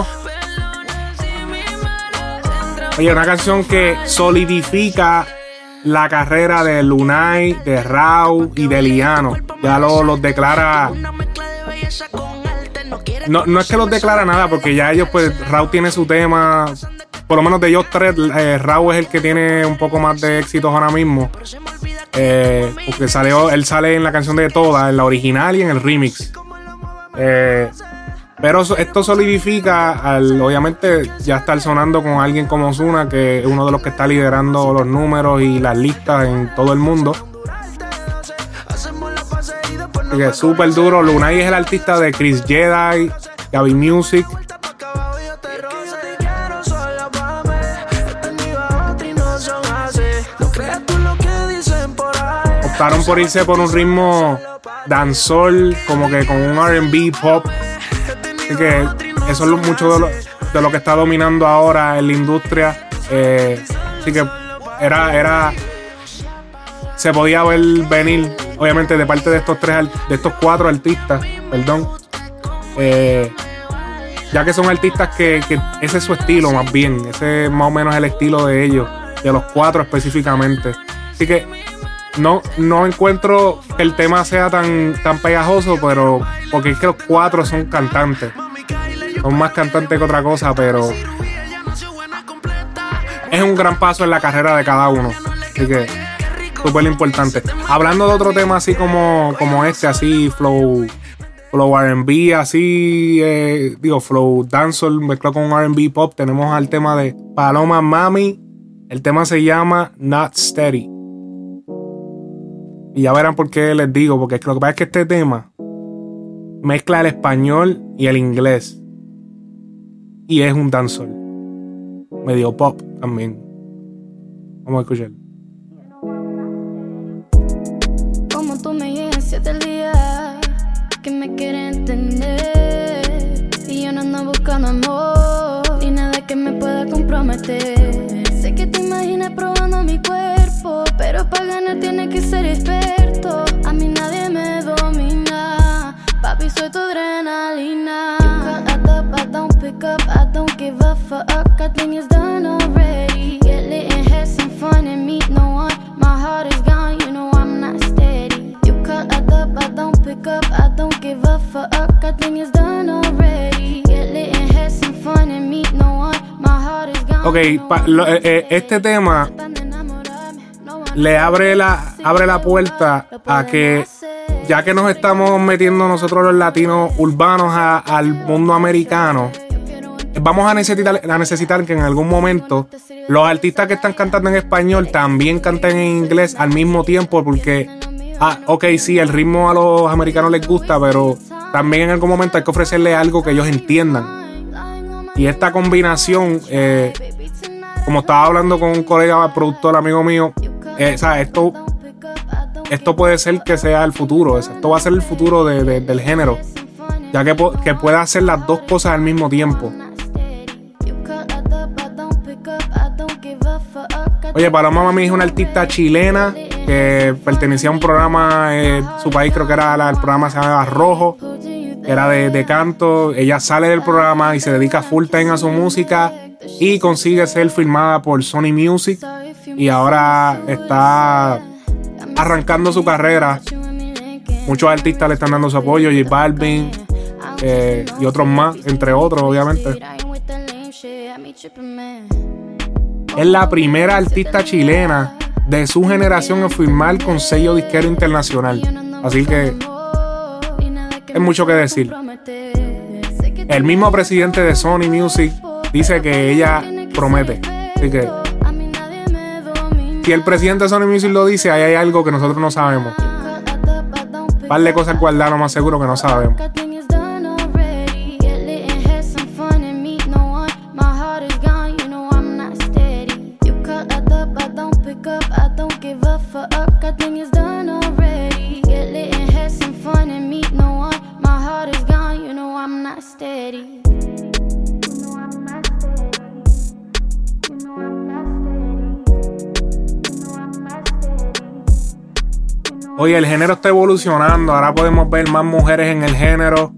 Oye, una canción que solidifica la carrera de Lunay, de Raúl y de Liano. Ya los declara. No es que los declara nada, porque ya ellos, pues, Raúl tiene su tema por lo menos de ellos tres, Rauw es el que tiene un poco más de éxitos ahora mismo. Porque él sale en la canción de Toda, en la original y en el remix. Pero esto solidifica al, obviamente, ya estar sonando con alguien como Ozuna, que es uno de los que está liderando los números y las listas en todo el mundo. Así que súper duro. Lunay es el artista de Chris Jedi, Gaby Music. Optaron por irse por un ritmo dancehall, como que con un R&B pop. Así que eso es mucho de lo que está dominando ahora en la industria. Así que se podía ver venir, obviamente, de parte de estos cuatro artistas, perdón. Ya que son artistas que ese es su estilo, más bien. Ese es más o menos el estilo de ellos, de los cuatro específicamente. Así que no encuentro que el tema sea tan pegajoso, pero porque es que los cuatro son cantantes. Son más cantantes que otra cosa, pero es un gran paso en la carrera de cada uno. Así que súper importante. Hablando de otro tema así como este, así flow R&B, así flow dancehall mezclado con R&B pop, tenemos al tema de Paloma Mami. El tema se llama Not Steady. Y ya verán por qué les digo, porque lo que pasa es que este tema mezcla el español y el inglés. Y es un dancehall. Medio pop también. Vamos a escuchar. Como tú me llegas 7 al día, que me quiere entender. Y yo no ando buscando amor, ni nada que me pueda comprometer. Sé que te imaginas probando mi cuerpo, pero para ganar tienes que ser experto. A mí nadie me domina, papi, soy tu adrenalina. You call at up, I don't pick up, I don't give a fuck. I think it's done already. Get lit and have some fun and meet no one. My heart is gone, you know I'm not steady. You call at up, I don't pick up, I don't give a fuck. I think it's done already. Get lit and have some fun and meet no one. My heart is gone. Ok, este tema le abre la puerta a que, ya que nos estamos metiendo nosotros los latinos urbanos al mundo americano, vamos a necesitar que en algún momento los artistas que están cantando en español también canten en inglés al mismo tiempo, porque sí, el ritmo a los americanos les gusta, pero también en algún momento hay que ofrecerles algo que ellos entiendan. Y esta combinación, como estaba hablando con un colega productor, amigo mío, esto puede ser que sea el futuro. Esto va a ser el futuro del género, ya que pueda hacer las dos cosas al mismo tiempo. Oye, Paloma Mami es una artista chilena que pertenecía a un programa, su país creo que era el programa se llamaba Rojo, que era de canto. Ella sale del programa y se dedica full time a su música y consigue ser firmada por Sony Music, y ahora está arrancando su carrera. Muchos artistas le están dando su apoyo, J Balvin y otros más, entre otros, obviamente. Es la primera artista chilena de su generación en firmar con sello disquero internacional. Así que es mucho que decir. El mismo presidente de Sony Music dice que ella promete. Así que si el presidente de Sony Music lo dice, ahí hay algo que nosotros no sabemos. Un par de cosas guardadas, lo más seguro que no sabemos. Oye, el género está evolucionando. Ahora podemos ver más mujeres en el género.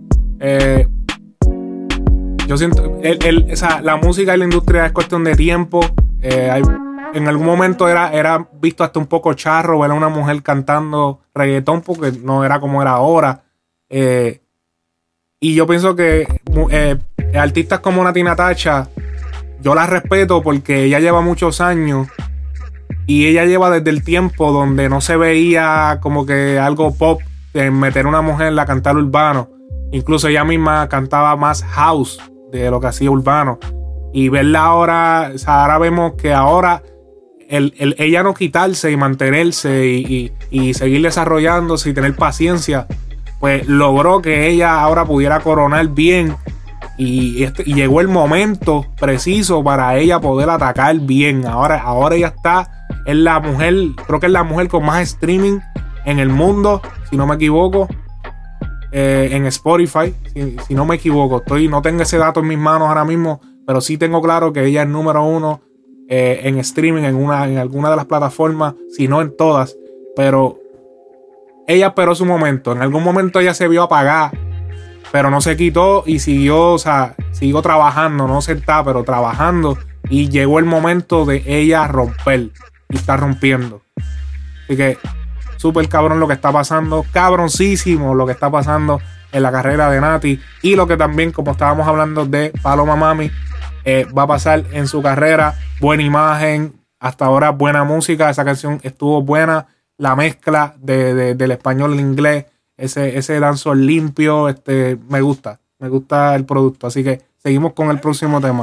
Yo siento... la música y la industria es cuestión de tiempo. En algún momento era visto hasta un poco charro ver a una mujer cantando reggaetón, porque no era como era ahora. Y yo pienso que artistas como Nati Natasha yo la respeto porque ella lleva muchos años y ella lleva desde el tiempo donde no se veía como que algo pop de meter una mujer a cantar urbano. Incluso ella misma cantaba más house de lo que hacía urbano. Y verla ahora, o sea, ahora vemos que ahora ella no quitarse y mantenerse y seguir desarrollándose y tener paciencia, pues logró que ella ahora pudiera coronar bien. Y llegó el momento preciso para ella poder atacar bien. Ahora ella es la mujer, creo que es la mujer con más streaming en el mundo, si no me equivoco, en Spotify, si no me equivoco. No tengo ese dato en mis manos ahora mismo, pero sí tengo claro que ella es número 1 en streaming en alguna de las plataformas, si no en todas. Pero ella esperó su momento. En algún momento ella se vio apagada, pero no se quitó y siguió trabajando, no sentada, pero trabajando. Y llegó el momento de ella romper. Y está rompiendo. Así que súper cabrón lo que está pasando. Cabroncísimo lo que está pasando en la carrera de Nati. Y lo que también, como estábamos hablando de Paloma Mami, va a pasar en su carrera. Buena imagen. Hasta ahora buena música. Esa canción estuvo buena. La mezcla del español al inglés. Ese dancehall limpio. Me gusta el producto. Así que seguimos con el próximo tema.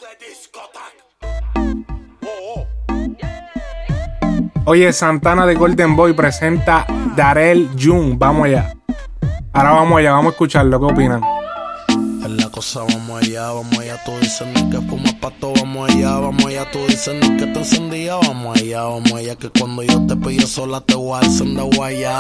Oye, Santana de Golden Boy presenta Darrell June. Vamos allá. Ahora vamos allá, vamos a escucharlo. ¿Qué opinan? Es la cosa, vamos allá, tú dices ni que fumas pato, vamos allá, tú dices ni que te encendía, vamos allá, que cuando yo te pille sola te voy a encender guayá.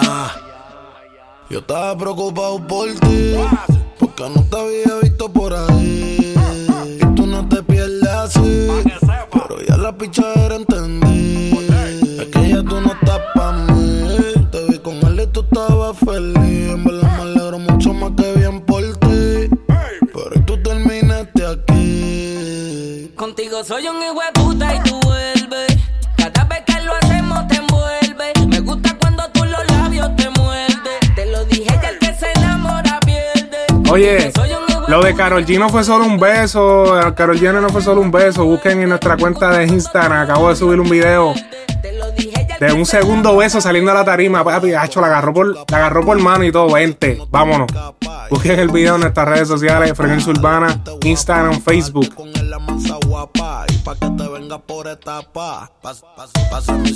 Yo estaba preocupado por ti, porque no te había visto por ahí, y tú no te pierdes así, pero ya la pichadera entendí, es que ya tú no estás pa' mí, te vi con él y tú estabas feliz, en verdad me alegro mucho más que bien por ti, pero tú terminaste aquí. Contigo soy un hijo de puta y tú vuelves, cada vez que lo hacemos te envuelve, me gusta cuando tú los labios te muerdes, te lo dije ya el que se enamora pierde. Oye, lo de Karol G no fue solo un beso, Karol G no fue solo un beso, busquen en nuestra cuenta de Instagram, acabo de subir un video de un segundo beso saliendo a la tarima, papi, hacho, la agarró por mano y todo, vente, vámonos. Busquen el video en nuestras redes sociales, Frecuencia Urbana, Instagram, Facebook. Y pa' que te venga por etapa. Pásame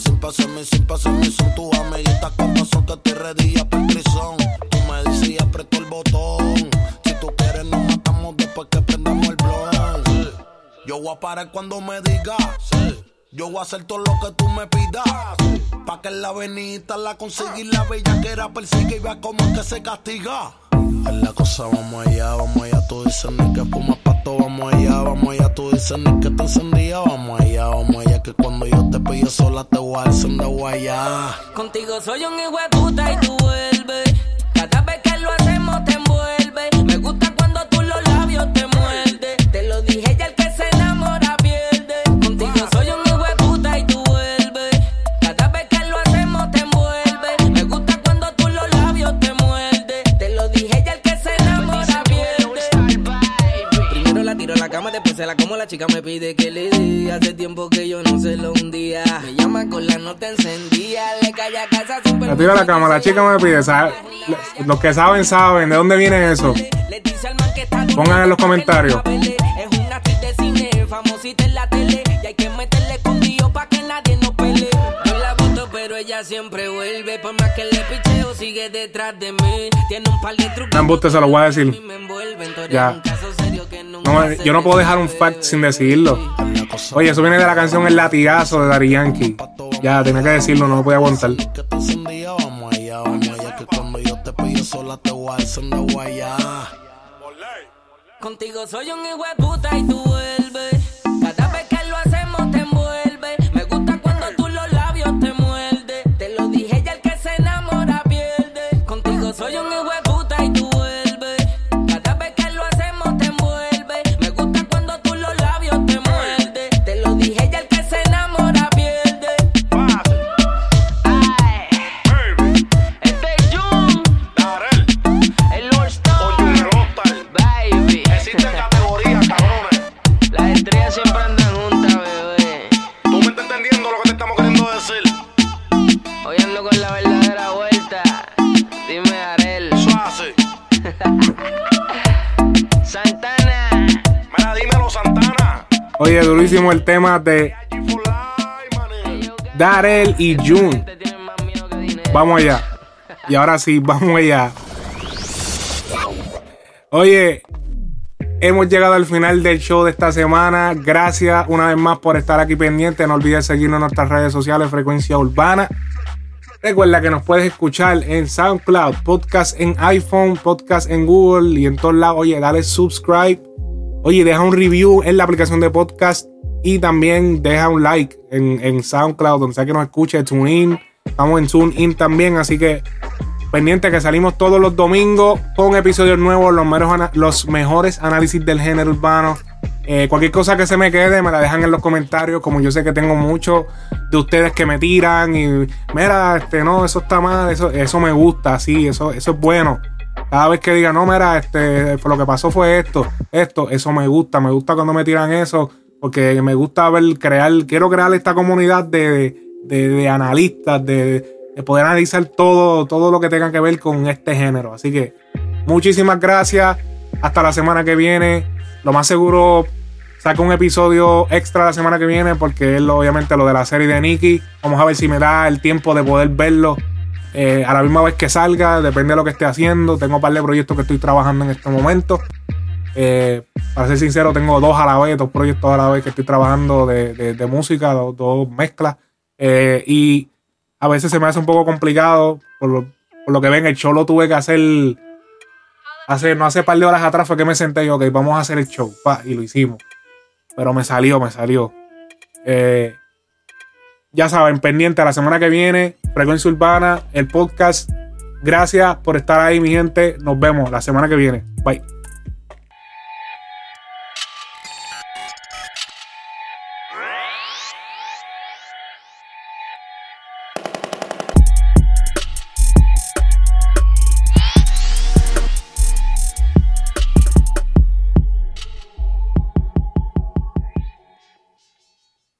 sin tus amiguitas cuando son que te redillas por prisión. Tú me dices y aprieto el botón. Si tú quieres nos matamos después que prendamos el blon. Yo voy a parar cuando me digas. Yo voy a hacer todo lo que tú me pidas. Pa' que en la avenida la consiga y la bellaquera persigue y vea cómo es que se castiga. Es la cosa, vamos allá, tú dices ni que fumas pato, vamos allá, tú dices ni que te encendía, vamos allá, que cuando yo te pille sola te voy a encender guayá. Contigo soy un hijo de puta y tú vuelves, cada vez que lo hacemos te envuelve, me gusta cuando tú los labios te muerdes, te lo dije ya el que se enamora pierde. Contigo soy un hijo de puta y tú vuelves, cada vez que lo hacemos te envuelve, me gusta cuando tú los labios te muerdes, te lo dije ya el que se enamora pierde. Primero la tiro a la cama, después se la como, la chica me pide que le dé, hace tiempo que yo no se lo hundía, me llama con la nota encendida, le cae a casa super. La tiro a la cama, la chica me pide, ¿sabes? Los que saben, ¿de dónde viene eso? Pongan en los comentarios. Es una actriz de cine, famosita en la tele, y hay que meterle escondido pa' que nadie nos pelee. Yo la boto, pero ella siempre vuelve, por más que le picheo, sigue detrás de mí. Tiene un par de trucos. Embuste, se lo voy a decir. Ya. No, yo no puedo dejar un fact sin decirlo. Oye, eso viene de la canción El Latigazo de Daddy Yankee. Ya, tenía que decirlo, no lo podía aguantar. Sola te voy a encender guayá. Contigo soy un hijo de puta y tú vuelves, cada vez que lo hacemos te envuelve, me gusta cuando tú los labios te muerdes, te lo dije ya el que se enamora pierde. Contigo soy un hijo de puta y tú vuelves, cada vez que lo hacemos te envuelve, me gusta cuando tú los labios te muerdes, te lo dije ya el que se enamora pierde. Santana. Mira, dímelo, Santana. Oye, durísimo el tema de Darel y June. Vamos allá. Y ahora sí, vamos allá. Oye, hemos llegado al final del show de esta semana. Gracias una vez más por estar aquí pendiente. No olvides seguirnos en nuestras redes sociales, Frecuencia Urbana. Recuerda que nos puedes escuchar en SoundCloud, podcast en iPhone, podcast en Google y en todos lados. Oye, dale subscribe. Oye, deja un review en la aplicación de podcast y también deja un like en SoundCloud, donde sea que nos escuche, TuneIn. Estamos en TuneIn también, así que pendiente que salimos todos los domingos con episodios nuevos, los mejores análisis del género urbano. Cualquier cosa que se me quede me la dejan en los comentarios, como yo sé que tengo muchos de ustedes que me tiran y mira, no, eso está mal, eso me gusta, sí, eso es bueno. Cada vez que digan, no, mira, lo que pasó fue esto, eso me gusta cuando me tiran eso, porque me gusta quiero crear esta comunidad de analistas, de poder analizar todo lo que tenga que ver con este género. Así que muchísimas gracias, hasta la semana que viene. Lo más seguro saco un episodio extra la semana que viene, porque es obviamente lo de la serie de Nicki. Vamos a ver si me da el tiempo de poder verlo a la misma vez que salga, depende de lo que esté haciendo. Tengo un par de proyectos que estoy trabajando en este momento. Para ser sincero, tengo dos proyectos a la vez que estoy trabajando de música, dos mezclas. Y a veces se me hace un poco complicado por lo que ven. El show lo tuve que hacer hace un par de horas atrás. Fue que me senté y ok, vamos a hacer el show, y lo hicimos, pero me salió. Ya saben, pendiente a la semana que viene, Frecuencia Urbana, el podcast. Gracias por estar ahí, mi gente. Nos vemos la semana que viene. Bye.